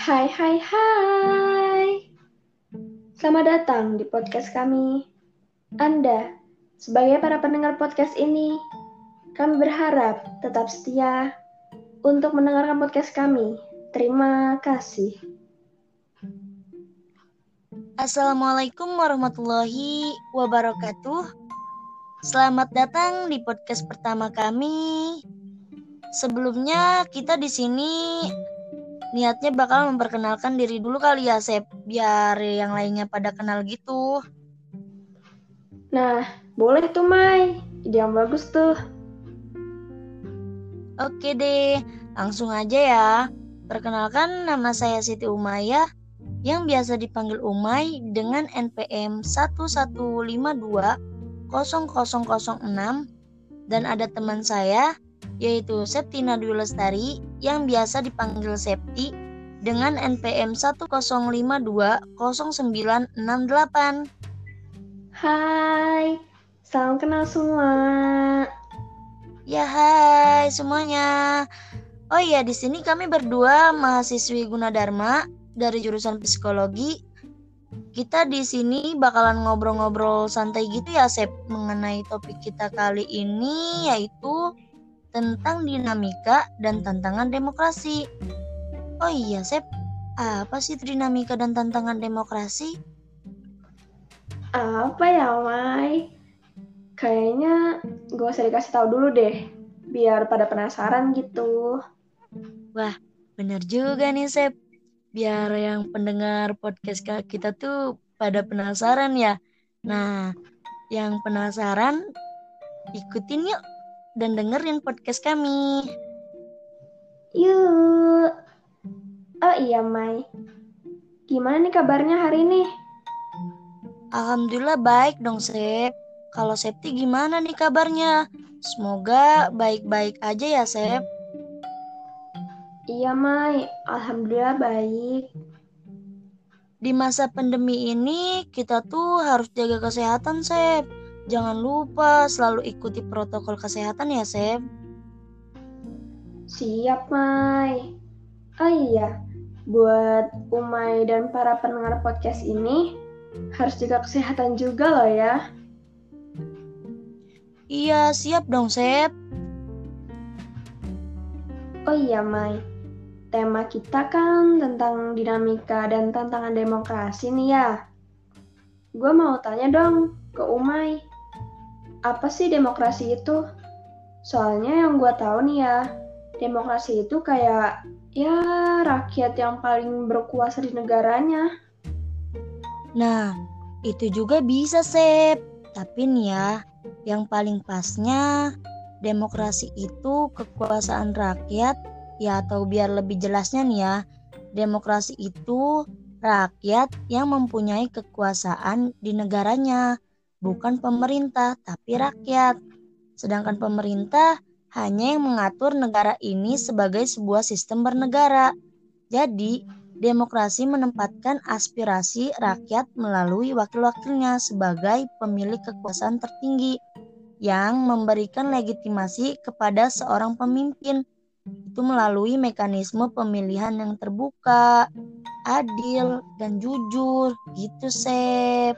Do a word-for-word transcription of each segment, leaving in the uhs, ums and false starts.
Hai hai hai. Selamat datang di podcast kami. Anda, sebagai para pendengar podcast ini, kami berharap tetap setia untuk mendengarkan podcast kami. Terima kasih. Assalamualaikum warahmatullahi wabarakatuh. Selamat datang di podcast pertama kami. Sebelumnya kita di sini niatnya bakal memperkenalkan diri dulu kali ya, Sep, biar yang lainnya pada kenal gitu. Nah, boleh tuh Mai. Ide yang bagus tuh. Oke deh, langsung aja ya. Perkenalkan, nama saya Siti Umayyah yang biasa dipanggil Umay dengan N P M satu satu lima dua nol nol nol enam dan ada teman saya yaitu Septina Dwi Lestari yang biasa dipanggil Septi dengan N P M satu nol lima dua nol sembilan enam delapan. Hai, salam kenal semua. Ya hai semuanya. Oh iya, di sini kami berdua mahasiswi Gunadarma dari jurusan psikologi. Kita di sini bakalan ngobrol-ngobrol santai gitu ya, Sep, mengenai topik kita kali ini yaitu tentang dinamika dan tantangan demokrasi. Oh iya, Sep, apa sih dinamika dan tantangan demokrasi? Apa ya Mai? Kayaknya gak usah dikasih tahu dulu deh, biar pada penasaran gitu. Wah, bener juga nih, Sep. Biar yang pendengar podcast kita tuh pada penasaran ya. Nah, yang penasaran ikutin yuk dan dengerin podcast kami. Yuk. Oh iya Mai, gimana nih kabarnya hari ini? Alhamdulillah baik dong, Sep. Kalau Septi gimana nih kabarnya? Semoga baik-baik aja ya, Sep. Iya Mai, alhamdulillah baik. Di masa pandemi ini kita tuh harus jaga kesehatan, Sep. Jangan lupa selalu ikuti protokol kesehatan ya, Sep. Siap Mai. Oh iya, buat Umay dan para pendengar podcast ini harus jaga kesehatan juga loh ya. Iya, siap dong, Sep. Oh iya Mai, tema kita kan tentang dinamika dan tantangan demokrasi nih ya. Gue mau tanya dong ke Umay, apa sih demokrasi itu? Soalnya yang gue tahu nih ya, demokrasi itu kayak ya rakyat yang paling berkuasa di negaranya. Nah, itu juga bisa, Sep. Tapi nih ya, yang paling pasnya demokrasi itu kekuasaan rakyat ya, atau biar lebih jelasnya nih ya, demokrasi itu rakyat yang mempunyai kekuasaan di negaranya, bukan pemerintah tapi rakyat. Sedangkan pemerintah hanya yang mengatur negara ini sebagai sebuah sistem bernegara. Jadi, demokrasi menempatkan aspirasi rakyat melalui wakil-wakilnya sebagai pemilik kekuasaan tertinggi yang memberikan legitimasi kepada seorang pemimpin. Itu melalui mekanisme pemilihan yang terbuka, adil, dan jujur. Gitu, Sep.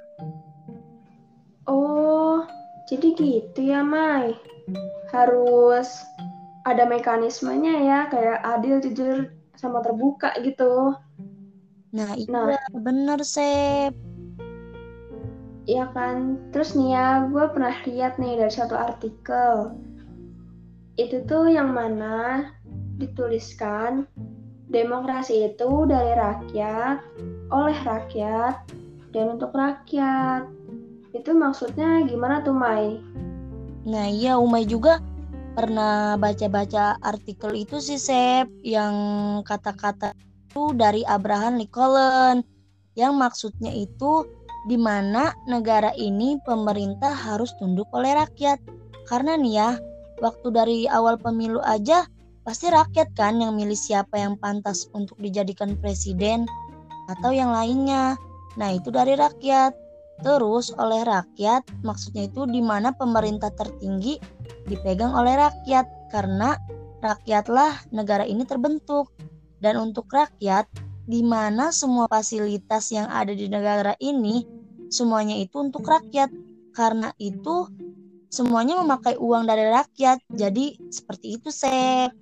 Oh, jadi gitu ya Mai. Harus ada mekanismenya ya, kayak adil, jujur, sama terbuka gitu. Nah, iya Nah, bener, Sep. ya kan, terus nih ya, gue pernah lihat nih dari satu artikel. Itu tuh yang mana dituliskan demokrasi itu dari rakyat, oleh rakyat, dan untuk rakyat. Itu maksudnya gimana tuh Mai? Nah, iya Umay juga pernah baca-baca artikel itu sih, Sep, yang kata-kata itu dari Abraham Lincoln, yang maksudnya itu di mana negara ini pemerintah harus tunduk oleh rakyat. Karena nih ya, waktu dari awal pemilu aja pasti rakyat kan yang milih siapa yang pantas untuk dijadikan presiden atau yang lainnya. Nah, itu dari rakyat. Terus oleh rakyat maksudnya itu di mana pemerintah tertinggi dipegang oleh rakyat karena rakyatlah negara ini terbentuk. Dan untuk rakyat di mana semua fasilitas yang ada di negara ini semuanya itu untuk rakyat. Karena itu semuanya memakai uang dari rakyat. Jadi seperti itu, Sep.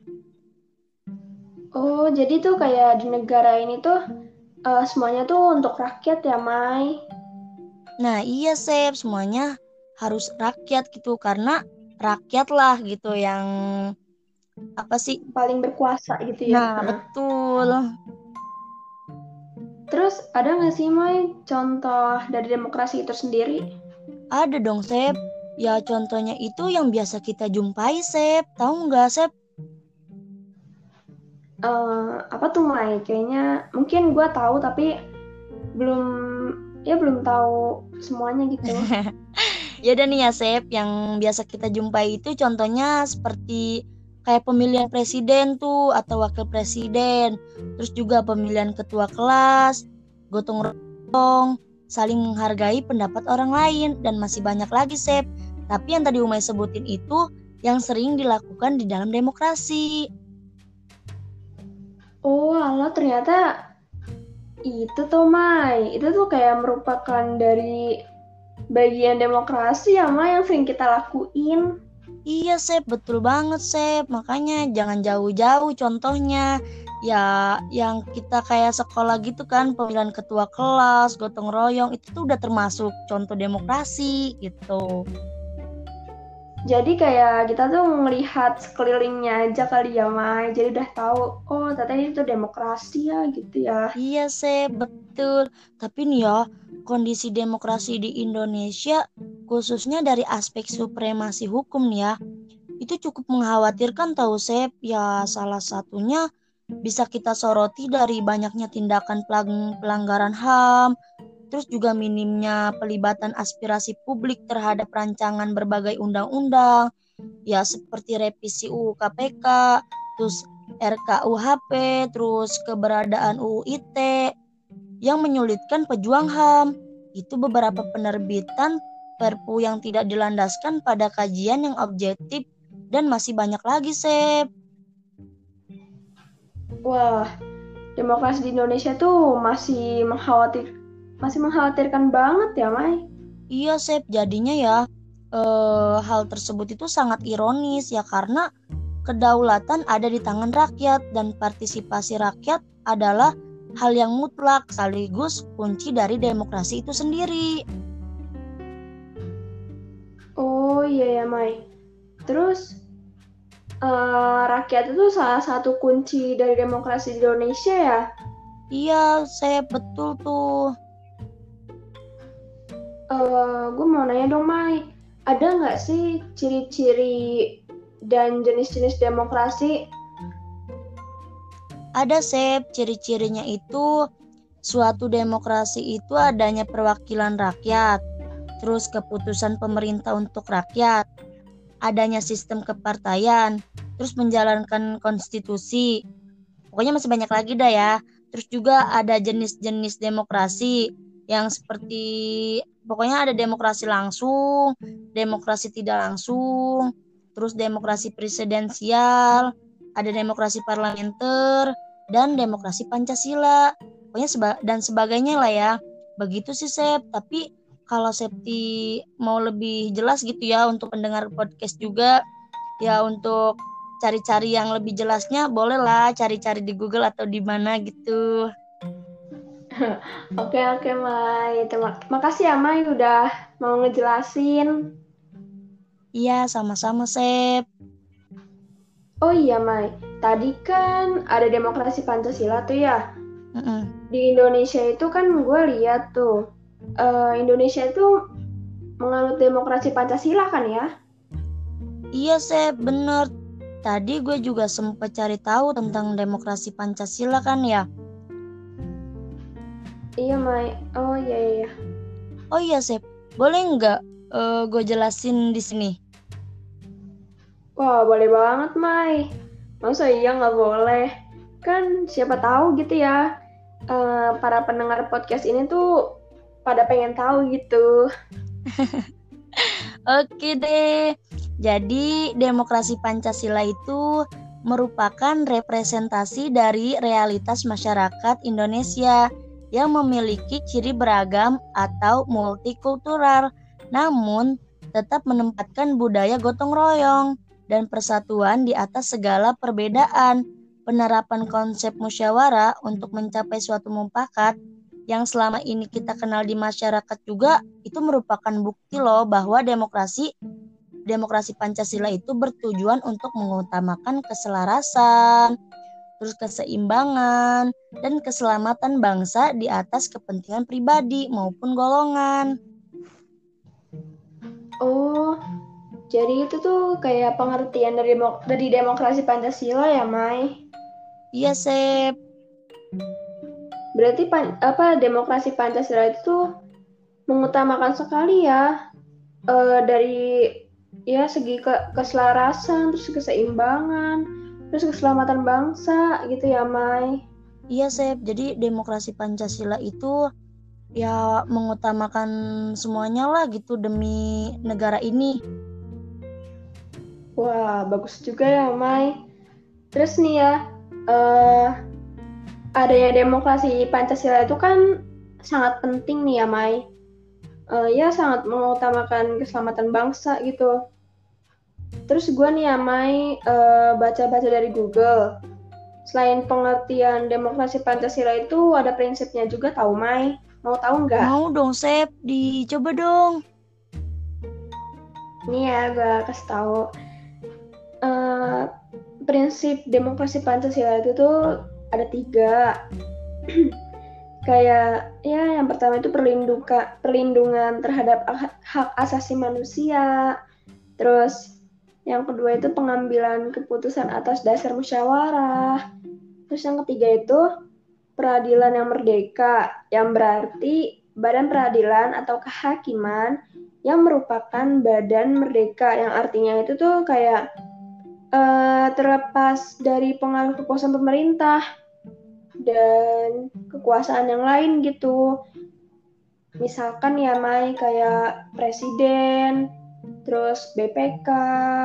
Oh, jadi tuh kayak di negara ini tuh uh, semuanya tuh untuk rakyat ya, Mai? Nah, iya, Sep, semuanya harus rakyat gitu karena rakyat lah gitu yang apa sih? Paling berkuasa gitu ya. Nah, betul. Terus ada nggak sih, Mai, contoh dari demokrasi itu sendiri? Ada dong, Sep. Ya contohnya itu yang biasa kita jumpai, Sep. Tahu nggak, Sep? Uh, apa tuh, Mai? Kayaknya mungkin gue tahu tapi belum ya belum tahu semuanya gitu. Ya udah nih ya, Sep, yang biasa kita jumpai itu contohnya seperti kayak pemilihan presiden tuh atau wakil presiden, terus juga pemilihan ketua kelas, gotong royong, saling menghargai pendapat orang lain, dan masih banyak lagi, Sep. Tapi yang tadi Umay sebutin itu yang sering dilakukan di dalam demokrasi. Oh, alah ternyata itu tuh, Mai. Itu tuh kayak merupakan dari bagian demokrasi ya, Mai, yang sering kita lakuin. Iya, Sep, betul banget, Sep. Makanya jangan jauh-jauh contohnya. Ya, yang kita kayak sekolah gitu kan, pemilihan ketua kelas, gotong royong, itu tuh udah termasuk contoh demokrasi gitu. Jadi kayak kita tuh ngelihat sekelilingnya aja kali ya, Mai. Jadi udah tahu, oh ternyata ini tuh demokrasi ya gitu ya. Iya, Sep, betul. Tapi nih ya, kondisi demokrasi di Indonesia, khususnya dari aspek supremasi hukum nih ya, itu cukup mengkhawatirkan tahu, Sep. Ya salah satunya bisa kita soroti dari banyaknya tindakan pelang- pelanggaran H A M, terus juga minimnya pelibatan aspirasi publik terhadap rancangan berbagai undang-undang, ya seperti revisi U U K P K, terus R K U H P, terus keberadaan U U I T E yang menyulitkan pejuang H A M. Itu beberapa penerbitan Perpu yang tidak dilandaskan pada kajian yang objektif dan masih banyak lagi, Sep. Wah, demokrasi di Indonesia tuh masih mengkhawatir masih mengkhawatirkan banget ya, Mai. Iya, Sep, jadinya ya eh, hal tersebut itu sangat ironis ya karena kedaulatan ada di tangan rakyat dan partisipasi rakyat adalah hal yang mutlak sekaligus kunci dari demokrasi itu sendiri. Oh iya ya, Mai. Terus uh, rakyat itu salah satu kunci dari demokrasi di Indonesia ya? Iya, Sep, betul tuh. Uh, gue mau nanya dong, Mai. Ada nggak sih ciri-ciri dan jenis-jenis demokrasi? Ada, Sep, ciri-cirinya itu suatu demokrasi itu adanya perwakilan rakyat, terus keputusan pemerintah untuk rakyat, adanya sistem kepartaian, terus menjalankan konstitusi. Pokoknya masih banyak lagi dah ya. Terus juga ada jenis-jenis demokrasi yang seperti pokoknya ada demokrasi langsung, demokrasi tidak langsung, terus demokrasi presidensial, ada demokrasi parlementer, dan demokrasi Pancasila. Pokoknya seba- dan sebagainya lah ya. Begitu sih, Sep. Tapi kalau Septi mau lebih jelas gitu ya untuk pendengar podcast juga, ya untuk cari-cari yang lebih jelasnya bolehlah cari-cari di Google atau di mana gitu. Oke oke, Mai. Terima makasih ya, Mai, udah mau ngejelasin. Iya, sama-sama, Sep. Oh iya, Mai. Tadi kan ada demokrasi Pancasila tuh ya. Mm-mm. Di Indonesia itu kan gue lihat tuh, uh, Indonesia itu menganut demokrasi Pancasila kan ya? Iya, Sep, bener. Tadi gue juga sempat cari tahu tentang demokrasi Pancasila kan ya. Iya, Mai. Oh iya iya. Oh iya, Sep. Boleh nggak uh, gue jelasin di sini? Wah, boleh banget, Mai. Masa iya nggak boleh? Kan siapa tahu gitu ya, uh, para pendengar podcast ini tuh pada pengen tahu gitu. Oke deh. Jadi demokrasi Pancasila itu merupakan representasi dari realitas masyarakat Indonesia yang memiliki ciri beragam atau multikultural, namun tetap menempatkan budaya gotong royong dan persatuan di atas segala perbedaan. Penerapan konsep musyawarah untuk mencapai suatu mufakat yang selama ini kita kenal di masyarakat juga itu merupakan bukti loh bahwa demokrasi demokrasi Pancasila itu bertujuan untuk mengutamakan keselarasan, terus keseimbangan, dan keselamatan bangsa di atas kepentingan pribadi maupun golongan. Oh, jadi itu tuh kayak pengertian dari, demok- dari demokrasi Pancasila ya, Mai? Iya, Sep. Berarti pan- apa demokrasi Pancasila itu tuh mengutamakan sekali ya uh, dari ya segi ke- keselarasan, terus keseimbangan, terus keselamatan bangsa gitu ya, Mai? Iya, Sep. Jadi demokrasi Pancasila itu ya mengutamakan semuanya lah gitu demi negara ini. Wah, bagus juga ya, Mai. Terus nih ya, uh, adanya demokrasi Pancasila itu kan sangat penting nih ya, Mai. Uh, ya sangat mengutamakan keselamatan bangsa gitu. Terus gue nih ya, Mai, uh, baca-baca dari Google. Selain pengertian demokrasi Pancasila itu ada prinsipnya juga, tahu, Mai? Mau tahu nggak? Mau dong, Sep. Dicoba dong. Ini ya, gue kasih tahu. Uh, prinsip demokrasi Pancasila itu tuh ada tiga. Kayak ya yang pertama itu perlindungan perlindungan terhadap hak asasi manusia. Terus yang kedua itu pengambilan keputusan atas dasar musyawarah. Terus yang ketiga itu peradilan yang merdeka, yang berarti badan peradilan atau kehakiman yang merupakan badan merdeka, yang artinya itu tuh kayak uh, terlepas dari pengaruh kekuasaan pemerintah dan kekuasaan yang lain gitu. Misalkan ya, Mai, kayak presiden, terus B P K,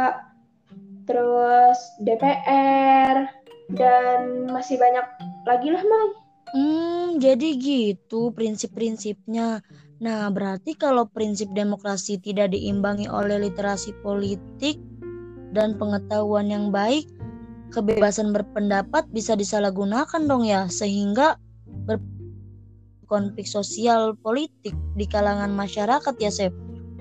terus D P R, dan masih banyak lagi lah, Mai. Hmm, jadi gitu prinsip-prinsipnya. Nah, berarti kalau prinsip demokrasi tidak diimbangi oleh literasi politik dan pengetahuan yang baik, kebebasan berpendapat bisa disalahgunakan dong ya, sehingga berkonflik sosial politik di kalangan masyarakat ya, Sep.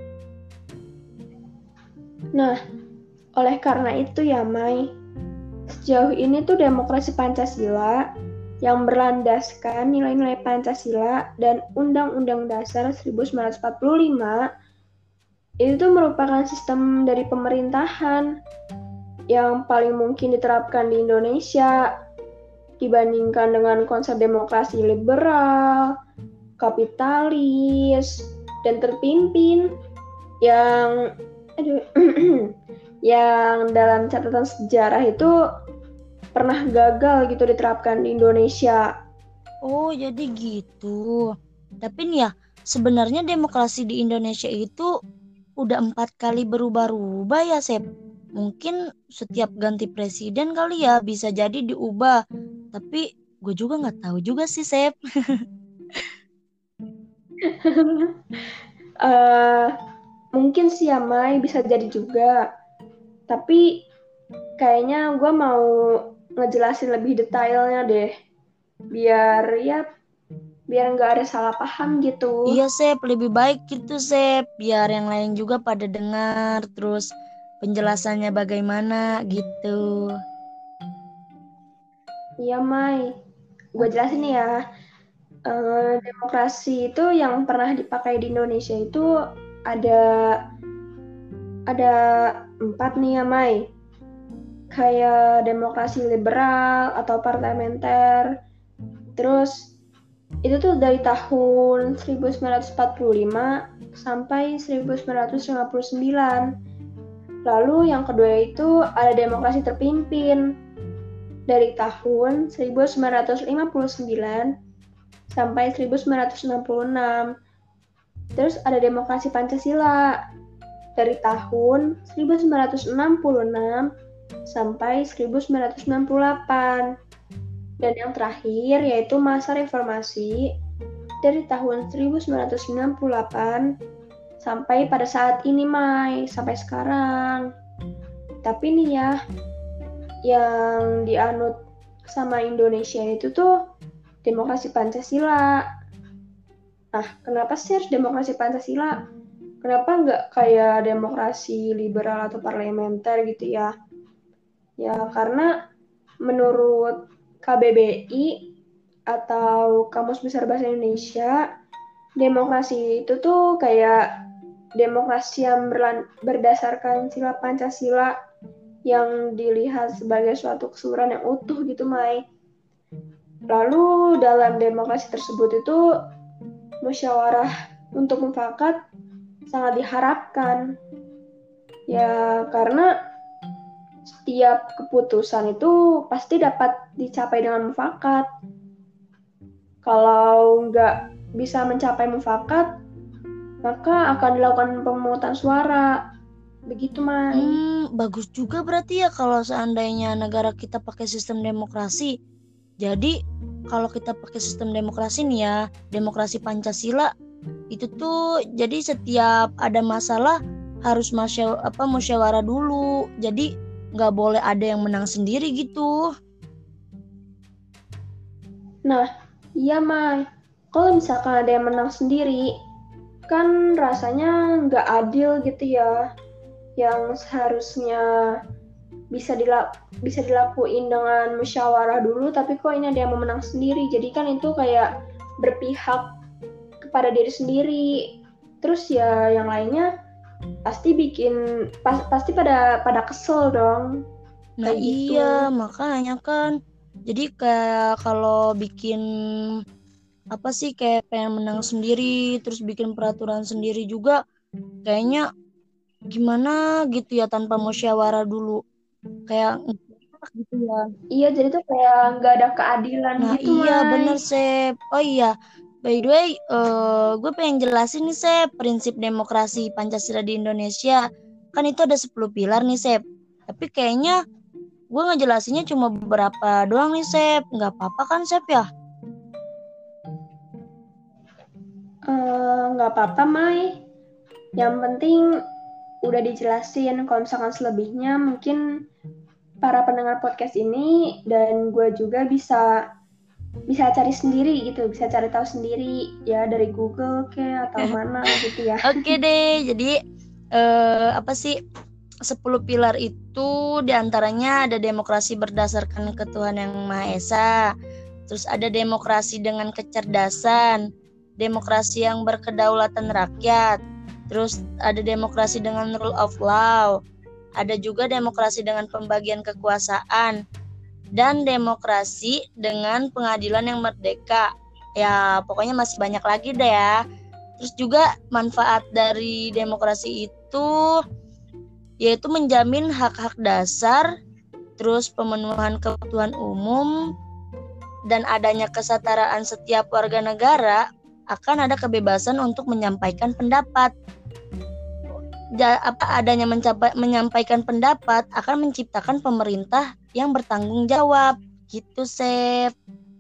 Nah, oleh karena itu ya, Mai, sejauh ini tuh demokrasi Pancasila yang berlandaskan nilai-nilai Pancasila dan Undang-Undang Dasar seribu sembilan ratus empat puluh lima itu tuh merupakan sistem dari pemerintahan yang paling mungkin diterapkan di Indonesia dibandingkan dengan konsep demokrasi liberal, kapitalis, dan terpimpin yang aduh, yang dalam catatan sejarah itu pernah gagal gitu diterapkan di Indonesia. Oh, jadi gitu. Tapi nih ya, sebenarnya demokrasi di Indonesia itu udah empat kali berubah-ubah ya, Sep. Mungkin setiap ganti presiden kali ya bisa jadi diubah. Tapi gue juga nggak tahu juga sih, Sep. uh, mungkin sih ya, Mai, bisa jadi juga. Tapi kayaknya gue mau ngejelasin lebih detailnya deh. Biar ya biar nggak ada salah paham gitu. Iya, Sep, lebih baik gitu, Sep. Biar yang lain juga pada dengar, terus penjelasannya bagaimana gitu. Iya, Mai. Gue jelasin ya. Uh, demokrasi itu yang pernah dipakai di Indonesia itu ada ada empat nih ya, Mai. Kayak demokrasi liberal atau parlementer. Terus itu tuh dari tahun seribu sembilan ratus empat puluh lima sampai seribu sembilan ratus lima puluh sembilan. Lalu yang kedua itu ada demokrasi terpimpin dari tahun seribu sembilan ratus lima puluh sembilan sampai seribu sembilan ratus enam puluh enam. Terus ada demokrasi Pancasila dari tahun seribu sembilan ratus enam puluh enam sampai seribu sembilan ratus sembilan puluh delapan. Dan yang terakhir yaitu masa reformasi dari tahun seribu sembilan ratus sembilan puluh delapan sampai pada saat ini, Mai, sampai sekarang. Tapi nih ya, yang dianut sama Indonesia itu tuh demokrasi Pancasila. Nah, kenapa sih harus demokrasi Pancasila? Kenapa nggak kayak demokrasi liberal atau parlementer gitu ya? Ya, karena menurut K B B I atau Kamus Besar Bahasa Indonesia, demokrasi itu tuh kayak demokrasi yang berlan- berdasarkan sila Pancasila yang dilihat sebagai suatu keseluruhan yang utuh gitu, Mai. Lalu dalam demokrasi tersebut itu musyawarah untuk mufakat sangat diharapkan. Ya, karena setiap keputusan itu pasti dapat dicapai dengan mufakat. Kalau nggak bisa mencapai mufakat, maka akan dilakukan pemungutan suara. Begitu, Mai. Hmm, bagus juga berarti ya kalau seandainya negara kita pakai sistem demokrasi. Jadi kalau kita pakai sistem demokrasi nih ya, demokrasi Pancasila, itu tuh jadi setiap ada masalah harus masya, apa musyawarah dulu. Jadi nggak boleh ada yang menang sendiri gitu. Nah, iya, Mai. Kalau misalkan ada yang menang sendiri, kan rasanya nggak adil gitu ya. Yang seharusnya bisa dilak bisa dilakuin dengan musyawarah dulu, tapi kok ini ada yang mau menang sendiri. Jadi kan itu kayak berpihak kepada diri sendiri. Terus ya yang lainnya pasti bikin pas, pasti pada pada kesel dong. Nah Kayak gitu. iya makanya kan. Jadi kayak kalau bikin apa sih kayak pengen menang sendiri, terus bikin peraturan sendiri juga kayaknya gimana gitu ya tanpa musyawarah dulu. Kayak gitu ya. Iya, jadi tuh kayak nggak ada keadilan Nah gitu, iya Mai. bener Sep. Oh iya, by the way, uh, gue pengen jelasin nih Sep, prinsip demokrasi Pancasila di Indonesia. Kan itu ada sepuluh pilar nih Sep. Tapi kayaknya gue ngejelasinnya cuma beberapa doang nih Sep. Nggak apa-apa kan Sep ya? Eh, nggak uh, apa-apa, Mai. Yang penting udah dijelasin. Kalau misalkan selebihnya mungkin para pendengar podcast ini dan gue juga bisa bisa cari sendiri gitu, bisa cari tahu sendiri ya dari Google ke atau mana gitu ya. Oke deh, jadi uh, apa sih sepuluh pilar itu diantaranya ada demokrasi berdasarkan ketuhanan yang Maha Esa, terus ada demokrasi dengan kecerdasan, demokrasi yang berkedaulatan rakyat, terus ada demokrasi dengan rule of law, ada juga demokrasi dengan pembagian kekuasaan, dan demokrasi dengan pengadilan yang merdeka. Ya pokoknya masih banyak lagi deh ya. Terus juga manfaat dari demokrasi itu yaitu menjamin hak-hak dasar, terus pemenuhan kebutuhan umum, dan adanya kesetaraan setiap warga negara, akan ada kebebasan untuk menyampaikan pendapat. Ja, apa adanya mencapai, menyampaikan pendapat akan menciptakan pemerintah yang bertanggung jawab. Gitu, Sep.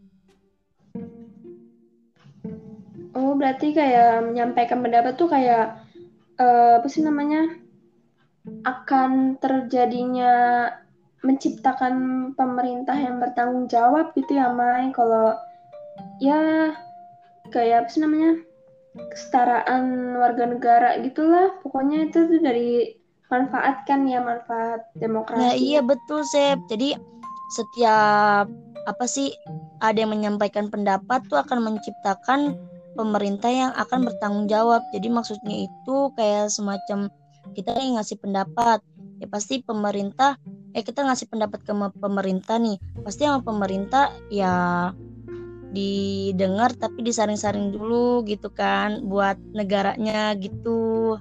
Oh, berarti kayak menyampaikan pendapat tuh kayak uh, apa sih namanya? Akan terjadinya menciptakan pemerintah yang bertanggung jawab gitu ya, Mai. Kalau ya kayak apa sih namanya? Kesetaraan warga negara gitulah. Pokoknya itu tuh dari manfaat kan ya, manfaat demokrasi. Nah, iya betul, Sep. Jadi setiap apa sih ada yang menyampaikan pendapat tuh akan menciptakan pemerintah yang akan bertanggung jawab. Jadi maksudnya itu kayak semacam kita yang ngasih pendapat, ya pasti pemerintah eh kita ngasih pendapat ke pemerintah nih, pasti sama pemerintah ya didengar tapi disaring-saring dulu gitu kan buat negaranya gitu.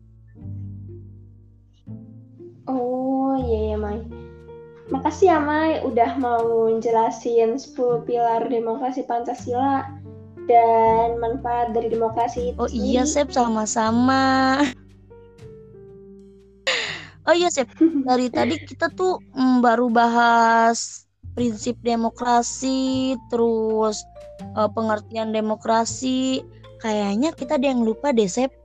Oh iya ya, Mai. Makasih ya, Mai, udah mau jelasin sepuluh pilar demokrasi Pancasila dan manfaat dari demokrasi itu Oh sendiri. iya Sep, sama-sama. Oh iya Sep, dari tadi kita tuh mm, baru bahas prinsip demokrasi, terus eh, pengertian demokrasi. Kayaknya kita ada yang lupa deh Sep.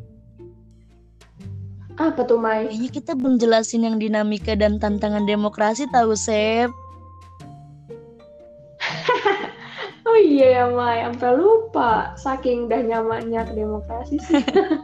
Apa tuh, Mai? Kayaknya kita belum jelasin yang dinamika dan tantangan demokrasi tahu Sep. Oh iya ya, Mai. Sampai lupa. Saking dah nyamannya ke demokrasi sih.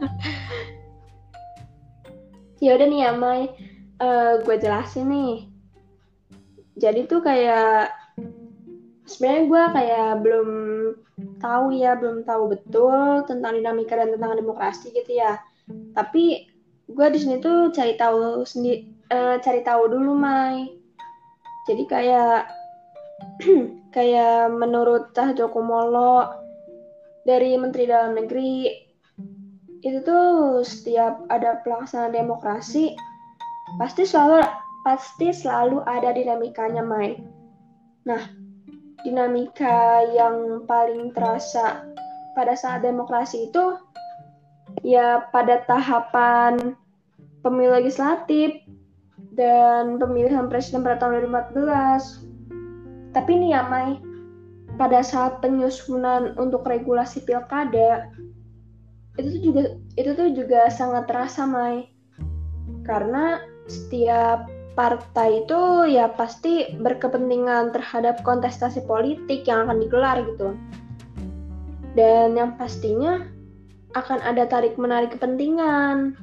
Ya udah nih ya, Mai. Uh, gue jelasin nih. Jadi tuh kayak sebenarnya gue kayak belum tahu ya, belum tahu betul tentang dinamika dan tentang demokrasi gitu ya. Tapi gue di sini tuh cari tahu sendiri, uh, cari tahu dulu, Mai. Jadi kayak kayak menurut Cahyokumolo dari Menteri Dalam Negeri itu tuh setiap ada pelaksanaan demokrasi pasti selalu pasti selalu ada dinamikanya, Mai. Nah, dinamika yang paling terasa pada saat demokrasi itu ya pada tahapan pemilu legislatif dan pemilihan presiden pada tahun dua ribu empat belas. Tapi nih ya, Mai, pada saat penyusunan untuk regulasi pilkada itu tuh juga itu tuh juga sangat terasa, Mai. Karena setiap partai itu ya pasti berkepentingan terhadap kontestasi politik yang akan digelar gitu. Dan yang pastinya akan ada tarik-menarik kepentingan.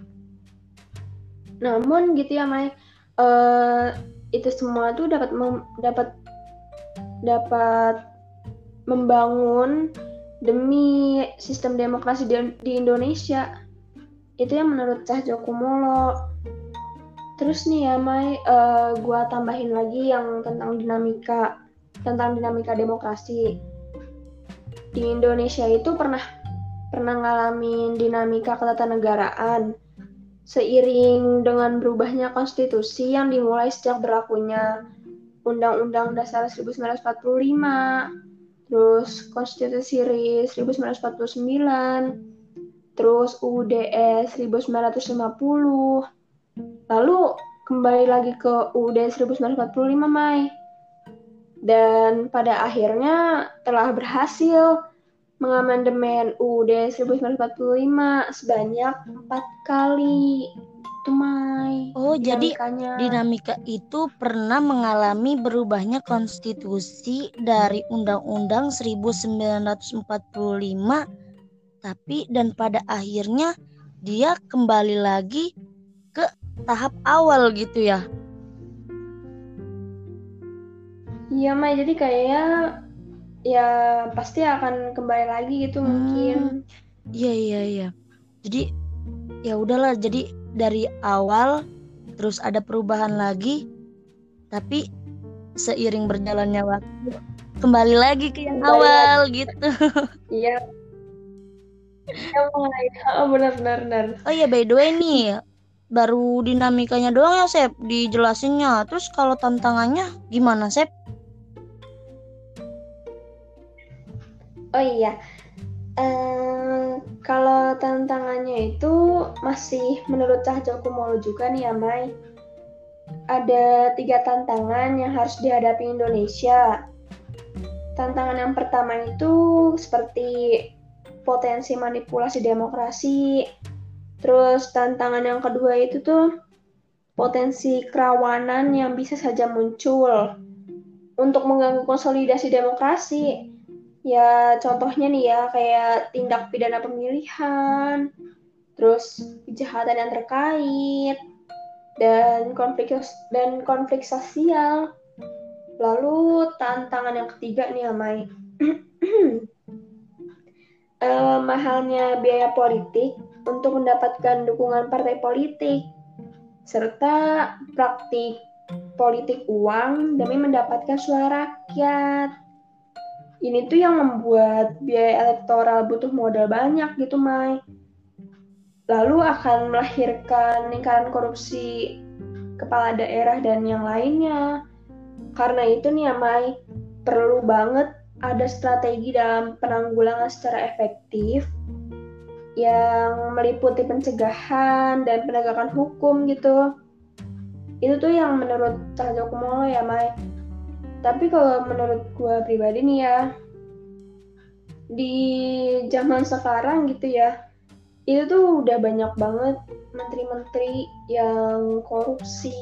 Namun gitu ya, Mai, uh, itu semua tuh dapat mem- dapat dapat membangun demi sistem demokrasi di, di Indonesia. Itu yang menurut Cahyokumolo. Terus nih ya, Mai, uh, gue tambahin lagi yang tentang dinamika tentang dinamika demokrasi. Di Indonesia itu pernah pernah ngalamin dinamika ketatanegaraan seiring dengan berubahnya konstitusi yang dimulai sejak berlakunya Undang-Undang Dasar seribu sembilan ratus empat puluh lima, terus Konstitusi R I seribu sembilan ratus empat puluh sembilan, terus U U D S seribu sembilan ratus lima puluh, lalu kembali lagi ke U U D seribu sembilan ratus empat puluh lima, Mai. Dan pada akhirnya telah berhasil mengamandemen U U D seribu sembilan ratus empat puluh lima sebanyak empat kali. Itu, Mai. Oh, jadi dinamikanya. dinamika itu pernah mengalami berubahnya konstitusi dari Undang-Undang seribu sembilan ratus empat puluh lima, tapi dan pada akhirnya dia kembali lagi ke tahap awal gitu ya. Iya, Mai, jadi kayaknya ya pasti akan kembali lagi gitu, hmm, mungkin. Iya iya iya. Jadi ya udahlah, jadi dari awal terus ada perubahan lagi, tapi seiring berjalannya waktu kembali lagi ke yang kembali awal lagi. Gitu. Iya. Iya, Mai. Oh, benar benar benar. Oh iya, by the way nih, baru dinamikanya doang ya, Sep, dijelasinnya. Terus kalau tantangannya gimana, Sep? Oh iya, uh, kalau tantangannya itu masih menurut Cahyokumolo juga nih ya, Mai. Ada tiga tantangan yang harus dihadapi Indonesia. Tantangan yang pertama itu seperti potensi manipulasi demokrasi. Terus tantangan yang kedua itu tuh potensi kerawanan yang bisa saja muncul untuk mengganggu konsolidasi demokrasi. Ya contohnya nih ya, kayak tindak pidana pemilihan, terus kejahatan yang terkait, dan konflik dan konflik sosial. Lalu tantangan yang ketiga nih ya, Mai. eh, mahalnya biaya politik untuk mendapatkan dukungan partai politik, serta praktik politik uang demi mendapatkan suara rakyat. Ini tuh yang membuat biaya elektoral butuh modal banyak gitu, Mai. Lalu akan melahirkan lingkaran korupsi kepala daerah dan yang lainnya. Karena itu nih ya, Mai, perlu banget ada strategi dalam penanggulangan secara efektif yang meliputi pencegahan dan penegakan hukum gitu. Itu tuh yang menurut Cahyokumolo ya, Mai. Tapi kalau menurut gue pribadi nih ya, di zaman sekarang gitu ya, itu tuh udah banyak banget menteri-menteri yang korupsi.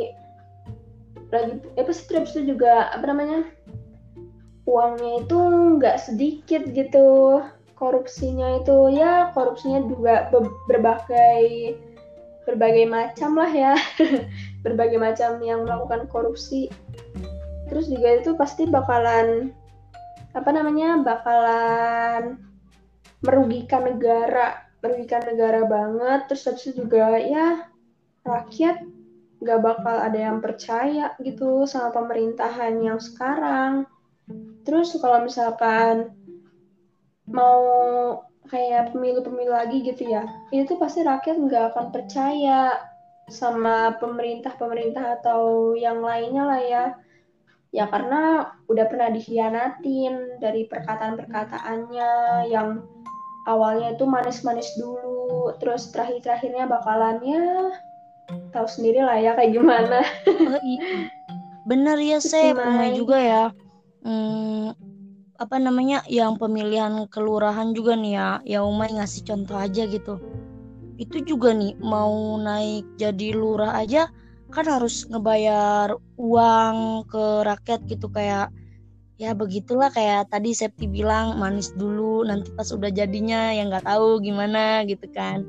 Lagi, eh pasti terus itu juga apa namanya, uangnya itu nggak sedikit gitu. Korupsinya itu ya korupsinya juga berbagai berbagai macam lah ya. Berbagai macam yang melakukan korupsi. Terus juga itu pasti bakalan apa namanya bakalan merugikan negara, merugikan negara banget. Terus habis itu juga ya rakyat nggak bakal ada yang percaya gitu sama pemerintahan yang sekarang. Terus kalau misalkan mau kayak pemilu-pemilu lagi gitu ya, itu tuh pasti rakyat nggak akan percaya sama pemerintah-pemerintah atau yang lainnya lah ya. Ya karena udah pernah dikhianatin dari perkataan-perkataannya yang awalnya itu manis-manis dulu, terus terakhir-terakhirnya bakalan ya tahu sendiri lah ya kayak gimana. Oh, i- bener ya Sep, Umay juga ya. Hmm, apa namanya yang pemilihan kelurahan juga nih ya, ya Umay ngasih contoh aja gitu. Itu juga nih mau naik jadi lurah aja kan harus ngebayar uang ke rakyat gitu, kayak ya begitulah kayak tadi Septi bilang manis dulu nanti pas udah jadinya ya nggak tahu gimana gitu kan.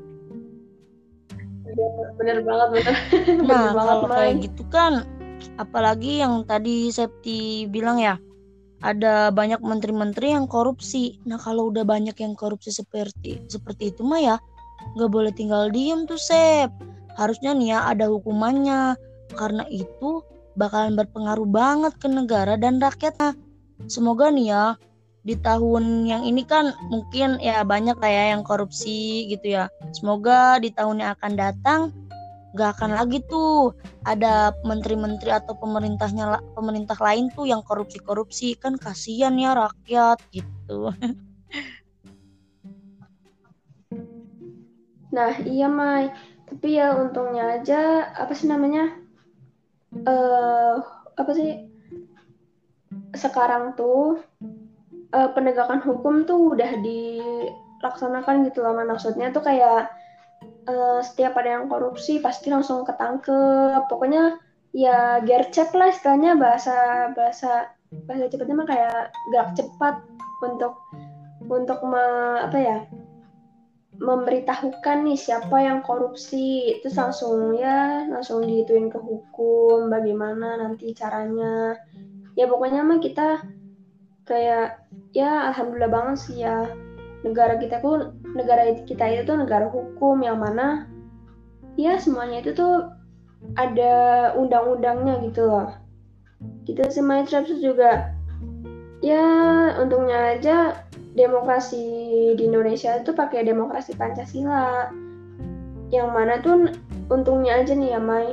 Bener banget, bener. Nah Bener banget, kalau Mai. kayak gitu kan apalagi yang tadi Septi bilang ya, ada banyak menteri-menteri yang korupsi. Nah kalau udah banyak yang korupsi seperti seperti itu mah ya nggak boleh tinggal diem tuh Sep. Harusnya nih ya ada hukumannya. Karena itu bakalan berpengaruh banget ke negara dan rakyatnya. Semoga nih ya di tahun yang ini kan mungkin ya banyak lah ya yang korupsi gitu ya. Semoga di tahun yang akan datang gak akan lagi tuh ada menteri-menteri atau pemerintahnya pemerintah lain tuh yang korupsi-korupsi, kan kasihan ya rakyat gitu. Nah iya Mai, tapi ya untungnya aja apa sih namanya uh, apa sih sekarang tuh uh, penegakan hukum tuh udah dilaksanakan gitu loh. Maksudnya tuh kayak uh, setiap ada yang korupsi pasti langsung ketangkep. Pokoknya ya gercep lah istilahnya, bahasa bahasa bahasa cepatnya mah kayak gerak cepat untuk untuk me, apa ya memberitahukan nih siapa yang korupsi, itu langsung ya langsung dituin ke hukum bagaimana nanti caranya. Ya pokoknya mah kita kayak ya alhamdulillah banget sih ya, negara kita tuh negara kita itu tuh negara hukum yang mana ya semuanya itu tuh ada undang-undangnya gitu loh. Kita sih Maestro juga ya untungnya aja demokrasi di Indonesia itu pakai demokrasi Pancasila, yang mana tuh untungnya aja nih ya Mai,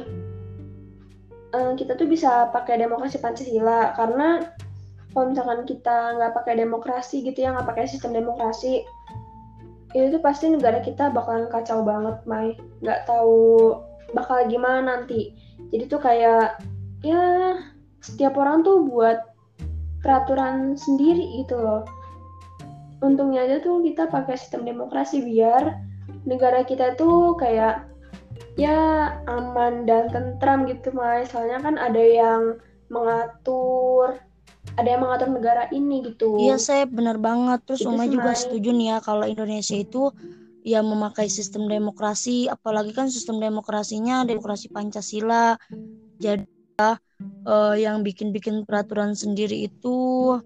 uh, kita tuh bisa pakai demokrasi Pancasila karena kalau misalkan kita nggak pakai demokrasi gitu ya, nggak pakai sistem demokrasi, itu tuh pasti negara kita bakalan kacau banget Mai, nggak tahu bakal gimana nanti. Jadi tuh kayak ya setiap orang tuh buat peraturan sendiri gitu loh. Untungnya aja tuh kita pakai sistem demokrasi biar negara kita tuh kayak ya aman dan tentram gitu Mai. Soalnya kan ada yang mengatur, ada yang mengatur negara ini gitu. Iya saya benar banget. Terus Gitu Uma sih, juga Mai. setuju nih ya kalau Indonesia itu ya memakai sistem demokrasi, apalagi kan sistem demokrasinya demokrasi Pancasila. Jadi uh, yang bikin-bikin peraturan sendiri itu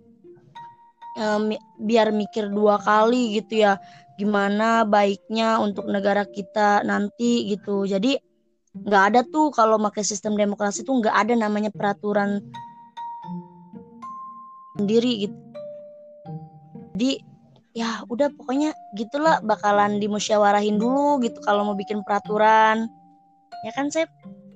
um, biar mikir dua kali gitu ya, gimana baiknya untuk negara kita nanti gitu. Jadi nggak ada tuh kalau pakai sistem demokrasi tuh nggak ada namanya peraturan sendiri gitu. Jadi ya udah pokoknya gitulah bakalan dimusyawarahin dulu gitu kalau mau bikin peraturan. Ya kan Sep?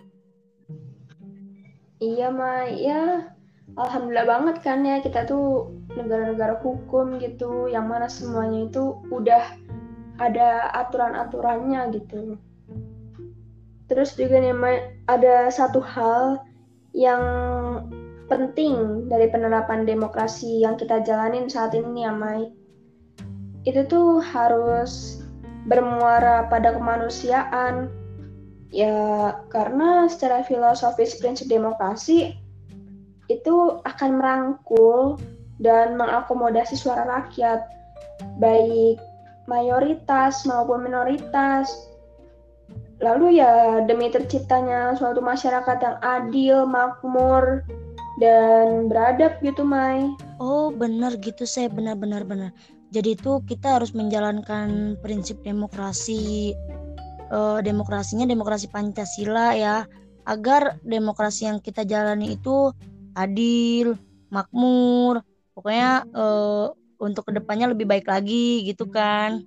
Iya Mai, ya alhamdulillah banget kan ya kita tuh negara-negara hukum gitu, yang mana semuanya itu udah ada aturan-aturannya gitu. Terus juga nih Mai, ada satu hal yang penting dari penerapan demokrasi yang kita jalanin saat ini ya, Mai. Itu tuh harus bermuara pada kemanusiaan. Ya, karena secara filosofis prinsip demokrasi itu akan merangkul dan mengakomodasi suara rakyat, baik mayoritas maupun minoritas. Lalu ya demi terciptanya suatu masyarakat yang adil, makmur, dan beradab gitu, Mai. Oh benar gitu saya, benar-benar benar. Jadi itu kita harus menjalankan prinsip demokrasi, eh, demokrasinya demokrasi Pancasila ya, agar demokrasi yang kita jalani itu adil, makmur, pokoknya eh, untuk kedepannya lebih baik lagi gitu kan.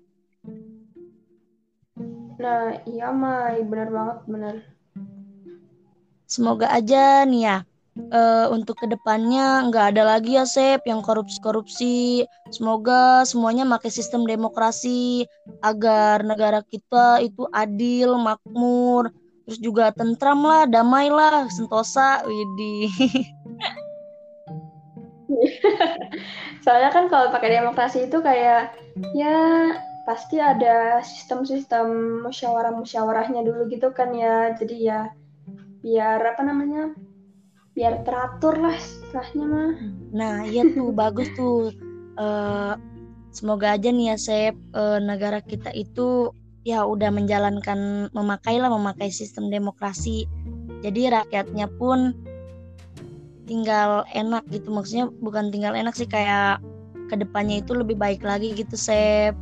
Nah, iya, Mai, benar banget, benar. Semoga aja nih ya, uh, untuk kedepannya nggak ada lagi ya Sep yang korupsi-korupsi. Semoga semuanya pakai sistem demokrasi agar negara kita itu adil, makmur, terus juga tentram lah, damai lah, sentosa. Widih. Soalnya kan kalau pakai demokrasi itu kayak ya pasti ada sistem-sistem musyawarah-musyawarahnya dulu gitu kan ya. Jadi ya biar apa namanya? Biar teratur lah istilahnya mah. Nah, iya tuh bagus tuh. Uh, semoga aja nih ya Sep, uh, negara kita itu ya udah menjalankan, memakai lah, memakai sistem demokrasi. Jadi rakyatnya pun tinggal enak gitu, maksudnya bukan tinggal enak sih, kayak kedepannya itu lebih baik lagi gitu Sep.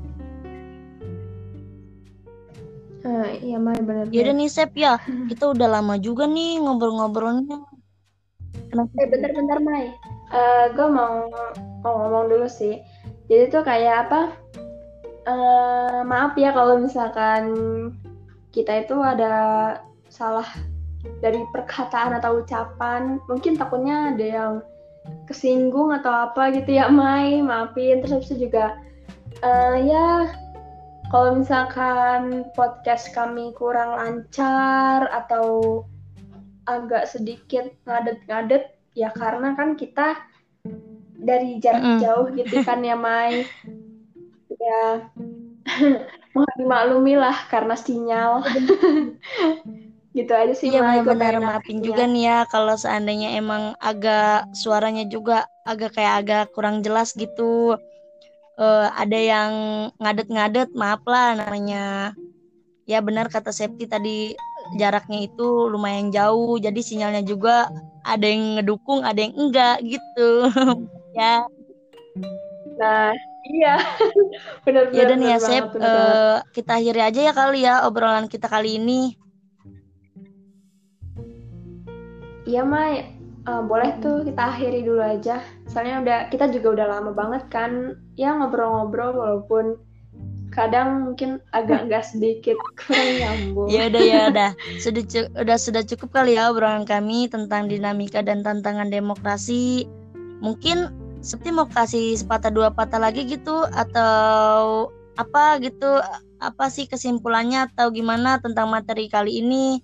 Nah, iya Mai benar. Yaudah nih Sep ya, kita udah lama juga nih ngobrol-ngobrolnya. Kenapa? Eh bentar-bentar Mai, uh, gue mau mau ngomong dulu sih. Jadi tuh kayak apa? Uh, maaf ya kalau misalkan kita itu ada salah dari perkataan atau ucapan, mungkin takutnya ada yang kesinggung atau apa gitu ya Mai, maafin. Terus habis itu juga uh, ya kalau misalkan podcast kami kurang lancar atau agak sedikit ngadet-ngadet ya karena kan kita dari jarak mm-hmm. jauh gitu kan ya Mai, ya mohon dimaklumi lah karena sinyal. Gitu aja sih. Iya benar-benar maafin juga nih ya kalau seandainya emang agak suaranya juga agak kayak agak kurang jelas gitu, uh, ada yang ngadet-ngadet, maaf lah namanya. Ya benar kata Septi tadi, jaraknya itu lumayan jauh, jadi sinyalnya juga ada yang ngedukung ada yang enggak gitu. Ya nah iya. Benar-benar ya dan ya Sep, uh, kita akhiri aja ya kali ya obrolan kita kali ini. Iya Mai, uh, boleh tuh kita akhiri dulu aja. Soalnya udah kita juga udah lama banget kan ya ngobrol-ngobrol, walaupun kadang mungkin agak nggak sedikit kurang nyambung. Ya udah ya udah sudah udah sudah cukup kali ya obrolan kami tentang dinamika dan tantangan demokrasi. Mungkin Septi mau kasih sepatah dua patah lagi gitu atau apa gitu, apa sih kesimpulannya atau gimana tentang materi kali ini?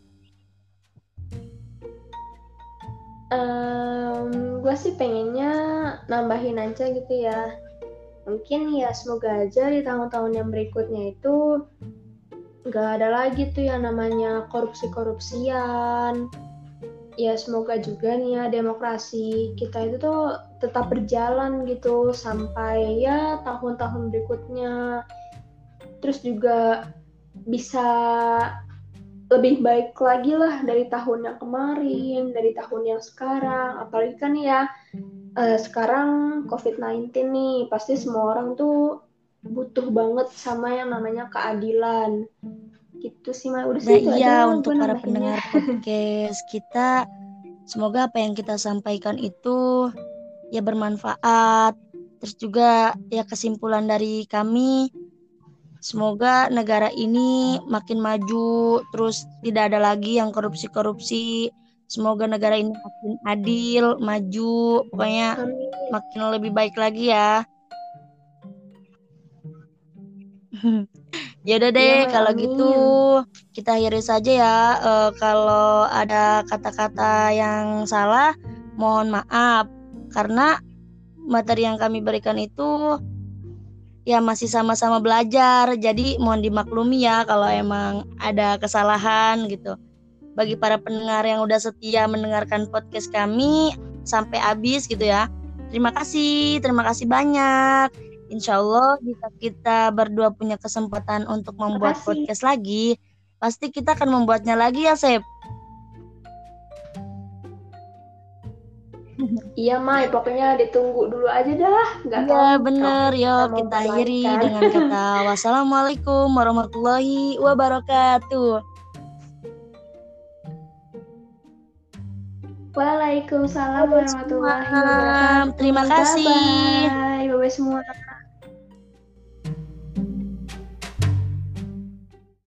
Um, gue sih pengennya nambahin aja gitu ya. Mungkin ya semoga aja di tahun-tahun yang berikutnya itu nggak ada lagi tuh yang namanya korupsi-korupsian. Ya semoga juga nih ya demokrasi kita itu tuh tetap berjalan gitu sampai ya tahun-tahun berikutnya. Terus juga bisa lebih baik lagi lah dari tahun yang kemarin, dari tahun yang sekarang. Apalagi kan ya uh, sekarang covid sembilan belas nih, pasti semua orang tuh butuh banget sama yang namanya keadilan. Gitu sih Mai. Udah sih nah, itu iya aja untuk para pendengar podcast kita, semoga apa yang kita sampaikan itu ya bermanfaat. Terus juga ya kesimpulan dari kami, semoga negara ini makin maju, terus tidak ada lagi yang korupsi-korupsi. Semoga negara ini makin adil, maju, pokoknya Amin. Makin lebih baik lagi ya. Ya udah Iya, deh, Mai, kalau amin. gitu kita akhiri saja ya. Eh, kalau ada kata-kata yang salah, mohon maaf. Karena materi yang kami berikan itu ya masih sama-sama belajar. Jadi mohon dimaklumi ya kalau emang ada kesalahan gitu. Bagi para pendengar yang udah setia mendengarkan podcast kami sampai habis gitu ya. Terima kasih, terima kasih banyak. Insya Allah jika kita berdua punya kesempatan untuk membuat Makasih. podcast lagi, pasti kita akan membuatnya lagi ya, Sep. Iya, Mai, pokoknya ditunggu dulu aja dah. Nggak Iya tahu bener, kapan kita yuk mau kita buat lagi akhiri kan. dengan kata wassalamualaikum warahmatullahi wabarakatuh. Waalaikumsalam Bye-bye semua. warahmatullahi wabarakatuh. Terima kasih. Bye-bye. Bye-bye semua.